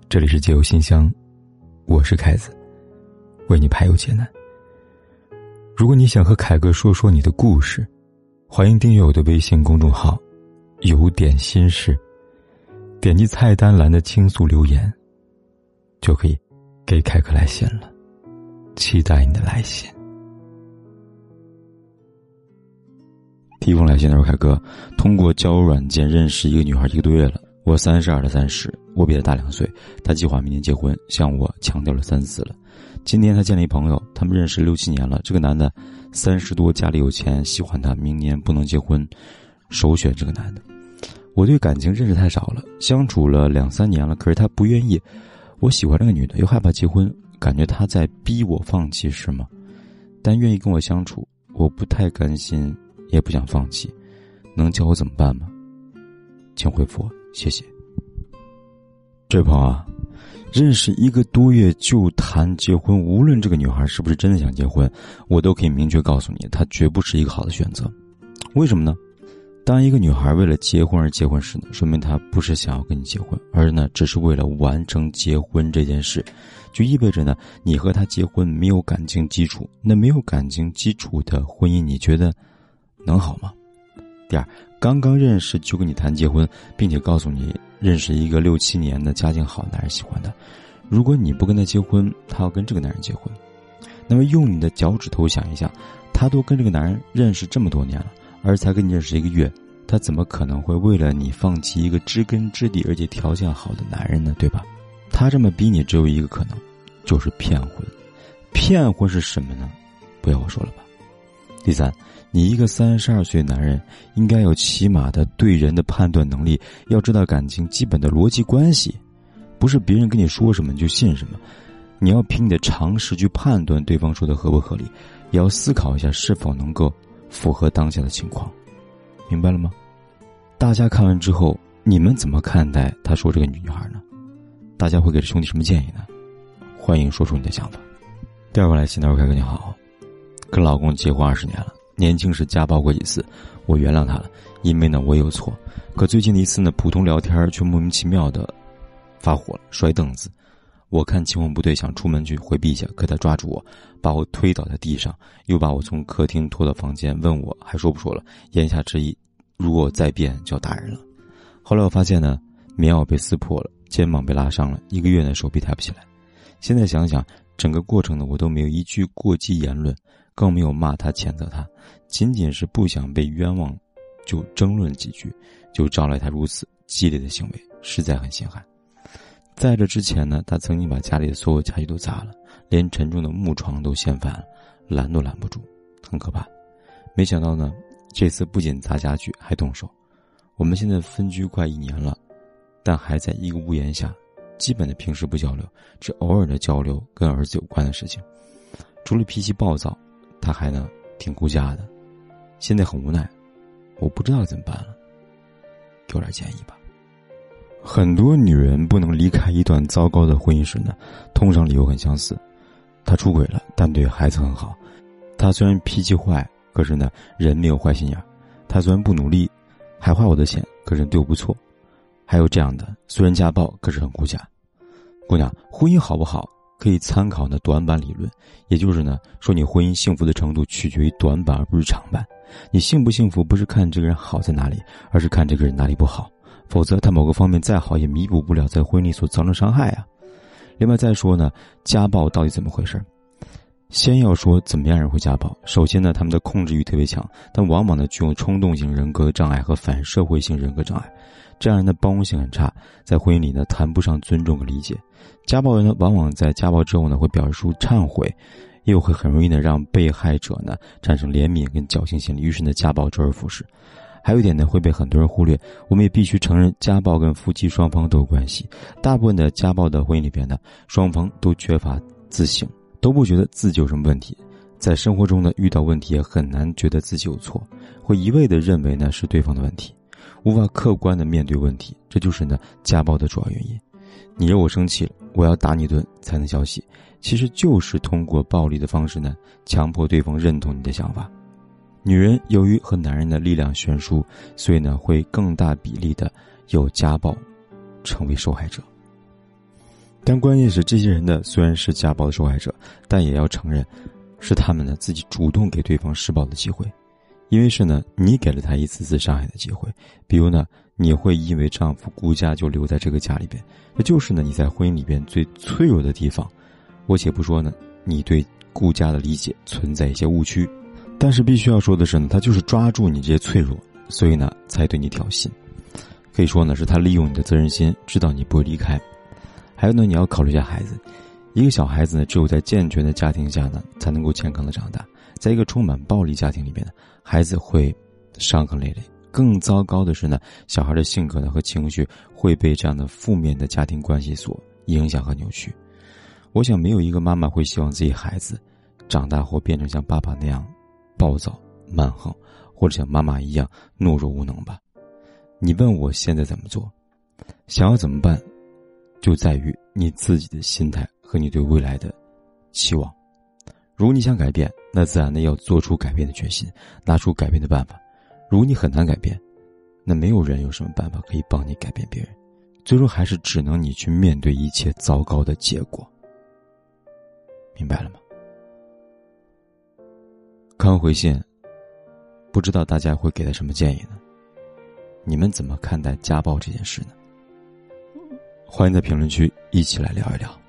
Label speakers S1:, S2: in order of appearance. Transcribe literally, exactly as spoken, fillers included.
S1: 这里是解忧信箱，我是凯子，为你排忧解难。如果你想和凯哥说说你的故事，欢迎订阅我的微信公众号有点心事，点击菜单栏的倾诉留言，就可以给凯哥来信了。期待你的来信。第一封来信的时候，凯哥通过交友软件认识一个女孩一个多月了，我三十二的三十，我比她大两岁，她计划明年结婚，向我强调了三次了。今年她见了一朋友，他们认识六七年了，这个男的三十多，家里有钱，喜欢她，明年不能结婚，首选这个男的。我对感情认识太少了，相处了两三年了，可是他不愿意。我喜欢这个女的，又害怕结婚，感觉他在逼我放弃是吗？但愿意跟我相处，我不太甘心，也不想放弃，能教我怎么办吗？请回复我，谢谢。这位朋友啊，认识一个多月就谈结婚，无论这个女孩是不是真的想结婚，我都可以明确告诉你，她绝不是一个好的选择。为什么呢？当一个女孩为了结婚而结婚时呢，说明她不是想要跟你结婚，而呢只是为了完成结婚这件事，就意味着呢你和她结婚没有感情基础。那没有感情基础的婚姻，你觉得能好吗？第二，刚刚认识就跟你谈结婚，并且告诉你认识一个六七年的家境好的男人喜欢的，如果你不跟他结婚，他要跟这个男人结婚。那么用你的脚趾头想一下，他都跟这个男人认识这么多年了，而才跟你认识一个月，他怎么可能会为了你放弃一个知根知底而且条件好的男人呢？对吧？他这么逼你只有一个可能，就是骗婚。骗婚是什么呢？不要我说了吧。第三，你一个三十二岁的男人，应该有起码的对人的判断能力，要知道感情基本的逻辑关系，不是别人跟你说什么你就信什么，你要凭你的常识去判断对方说的合不合理，也要思考一下是否能够符合当下的情况，明白了吗？大家看完之后，你们怎么看待他说这个女孩呢？大家会给这兄弟什么建议呢？欢迎说出你的想法。第二个来信的时候，凯哥你好，跟老公结婚二十年了，年轻时家暴过几次，我原谅他了，因为呢我也有错。可最近的一次呢，普通聊天却莫名其妙的发火了，摔凳子。我看情况不对，想出门去回避一下，可他抓住我，把我推倒在地上，又把我从客厅拖到房间，问我还说不说了，言下之意，如果我再变就要打人了。后来我发现呢，棉袄被撕破了，肩膀被拉伤了，一个月呢手臂抬不起来。现在想想，整个过程呢，我都没有一句过激言论，更没有骂他谴责他，仅仅是不想被冤枉，就争论几句，就招来他如此激烈的行为，实在很心寒。在这之前呢，他曾经把家里的所有家具都砸了，连沉重的木床都掀翻了，拦都拦不住，很可怕。没想到呢，这次不仅砸家具还动手。我们现在分居快一年了，但还在一个屋檐下，基本的平时不交流，只偶尔的交流跟儿子有关的事情。除了脾气暴躁，他还呢挺顾家的。现在很无奈，我不知道怎么办了，给我点建议吧。很多女人不能离开一段糟糕的婚姻时呢，通常理由很相似。她出轨了，但对孩子很好。她虽然脾气坏，可是呢人没有坏心眼。她虽然不努力，还花我的钱，可是对我不错。还有这样的，虽然家暴，可是很顾家。姑娘，婚姻好不好可以参考呢短板理论，也就是呢说你婚姻幸福的程度取决于短板而不是长板。你幸不幸福不是看这个人好在哪里，而是看这个人哪里不好，否则他某个方面再好也弥补不了在婚姻里所造成伤害啊。另外再说呢，家暴到底怎么回事？先要说怎么样人会家暴。首先呢，他们的控制欲特别强，但往往呢具有冲动型人格障碍和反社会性人格障碍，这样人的包容性很差，在婚姻里呢谈不上尊重和理解。家暴人呢往往在家暴之后呢会表示出忏悔，又会很容易呢让被害者呢产生怜悯跟侥幸心理，于是呢家暴周而复始。还有一点呢会被很多人忽略，我们也必须承认家暴跟夫妻双方都有关系。大部分的家暴的婚姻里边呢，双方都缺乏自省，都不觉得自己有什么问题，在生活中呢遇到问题也很难觉得自己有错，会一味的认为呢是对方的问题，无法客观的面对问题，这就是呢家暴的主要原因。你惹我生气了，我要打你一顿才能消息，其实就是通过暴力的方式呢强迫对方认同你的想法。女人由于和男人的力量悬殊，所以呢会更大比例的有家暴成为受害者。 但关键是这些人呢，虽然是家暴的受害者，但也要承认是他们呢自己主动给对方施暴的机会。因为是呢你给了他一次次伤害的机会，比如呢你会因为丈夫顾家就留在这个家里边，这就是呢你在婚姻里边最脆弱的地方。我且不说呢你对顾家的理解存在一些误区，但是必须要说的是呢，他就是抓住你这些脆弱，所以呢才对你挑衅。可以说呢是他利用你的责任心，知道你不会离开。还有呢你要考虑一下孩子，一个小孩子呢只有在健全的家庭下呢才能够健康的长大，在一个充满暴力家庭里面呢，孩子会伤痕累累。更糟糕的是呢，小孩的性格呢和情绪会被这样的负面的家庭关系所影响和扭曲。我想没有一个妈妈会希望自己孩子长大后变成像爸爸那样暴躁蛮横，或者像妈妈一样懦弱无能吧。你问我现在怎么做，想要怎么办，就在于你自己的心态和你对未来的期望。如果你想改变，那自然的要做出改变的决心，拿出改变的办法。如果你很难改变，那没有人有什么办法可以帮你改变别人，最终还是只能你去面对一切糟糕的结果。明白了吗？看完回信，不知道大家会给他什么建议呢？你们怎么看待家暴这件事呢？欢迎在评论区一起来聊一聊。